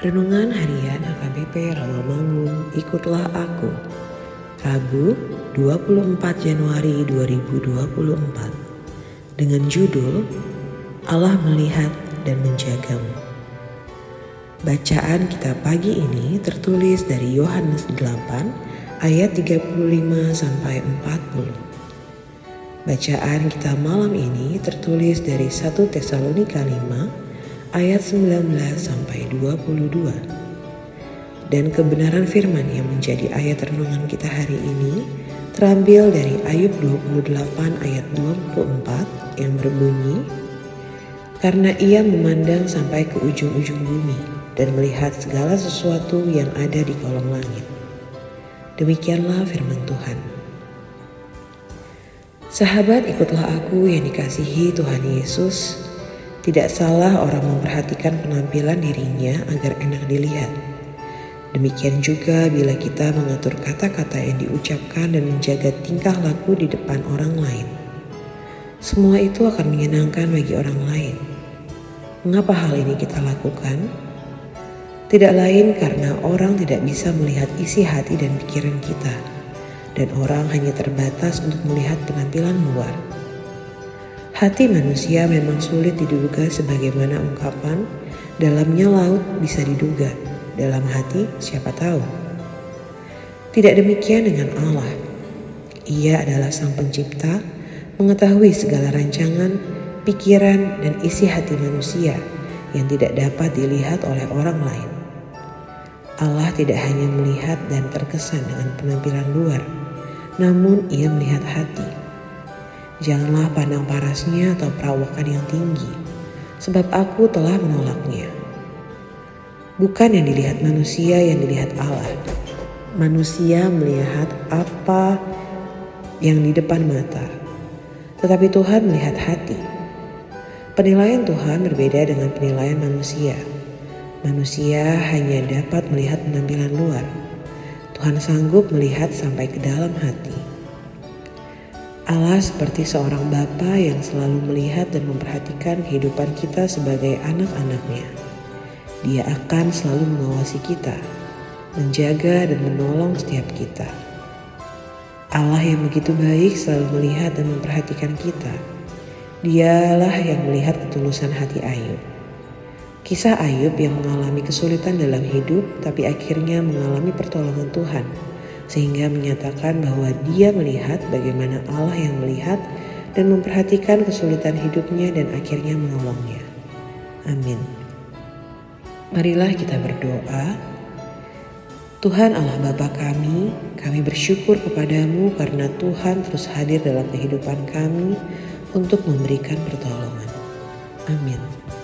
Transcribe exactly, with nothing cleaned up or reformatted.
Renungan Harian H K B P Rawamangun, Ikutlah Aku, Rabu dua puluh empat Januari dua ribu dua puluh empat, dengan judul Allah Melihat dan Menjagamu. Bacaan kita pagi ini tertulis dari Yohanes delapan ayat tiga puluh lima sampai empat puluh. Bacaan kita malam ini tertulis dari satu Tesalonika lima ayat sembilan belas sampai dua puluh dua. Dan kebenaran firman yang menjadi ayat renungan kita hari ini terambil dari Ayub dua puluh delapan ayat dua puluh empat yang berbunyi, "Karena ia memandang sampai ke ujung-ujung bumi dan melihat segala sesuatu yang ada di kolong langit." Demikianlah firman Tuhan. Sahabat, ikutlah aku yang dikasihi Tuhan Yesus. Tidak salah orang memperhatikan penampilan dirinya agar enak dilihat. Demikian juga bila kita mengatur kata-kata yang diucapkan dan menjaga tingkah laku di depan orang lain. Semua itu akan menyenangkan bagi orang lain. Mengapa hal ini kita lakukan? Tidak lain karena orang tidak bisa melihat isi hati dan pikiran kita, dan orang hanya terbatas untuk melihat penampilan luar. Hati manusia memang sulit diduga, sebagaimana ungkapan, dalamnya laut bisa diduga, dalam hati siapa tahu. Tidak demikian dengan Allah. Ia adalah Sang Pencipta, mengetahui segala rancangan, pikiran, dan isi hati manusia yang tidak dapat dilihat oleh orang lain. Allah tidak hanya melihat dan terkesan dengan penampilan luar, namun Ia melihat hati. Janganlah pandang parasnya atau perawakan yang tinggi, sebab aku telah menolaknya. Bukan yang dilihat manusia yang dilihat Allah. Manusia melihat apa yang di depan mata, tetapi Tuhan melihat hati. Penilaian Tuhan berbeda dengan penilaian manusia. Manusia hanya dapat melihat penampilan luar. Tuhan sanggup melihat sampai ke dalam hati. Allah seperti seorang bapa yang selalu melihat dan memperhatikan kehidupan kita sebagai anak-anaknya. Dia akan selalu mengawasi kita, menjaga dan menolong setiap kita. Allah yang begitu baik selalu melihat dan memperhatikan kita. Dialah yang melihat ketulusan hati Ayub. Kisah Ayub yang mengalami kesulitan dalam hidup, tapi akhirnya mengalami pertolongan Tuhan, sehingga menyatakan bahwa dia melihat bagaimana Allah yang melihat dan memperhatikan kesulitan hidupnya dan akhirnya menolongnya. Amin. Marilah kita berdoa. Tuhan Allah Bapa kami, kami bersyukur kepadamu karena Tuhan terus hadir dalam kehidupan kami untuk memberikan pertolongan. Amin.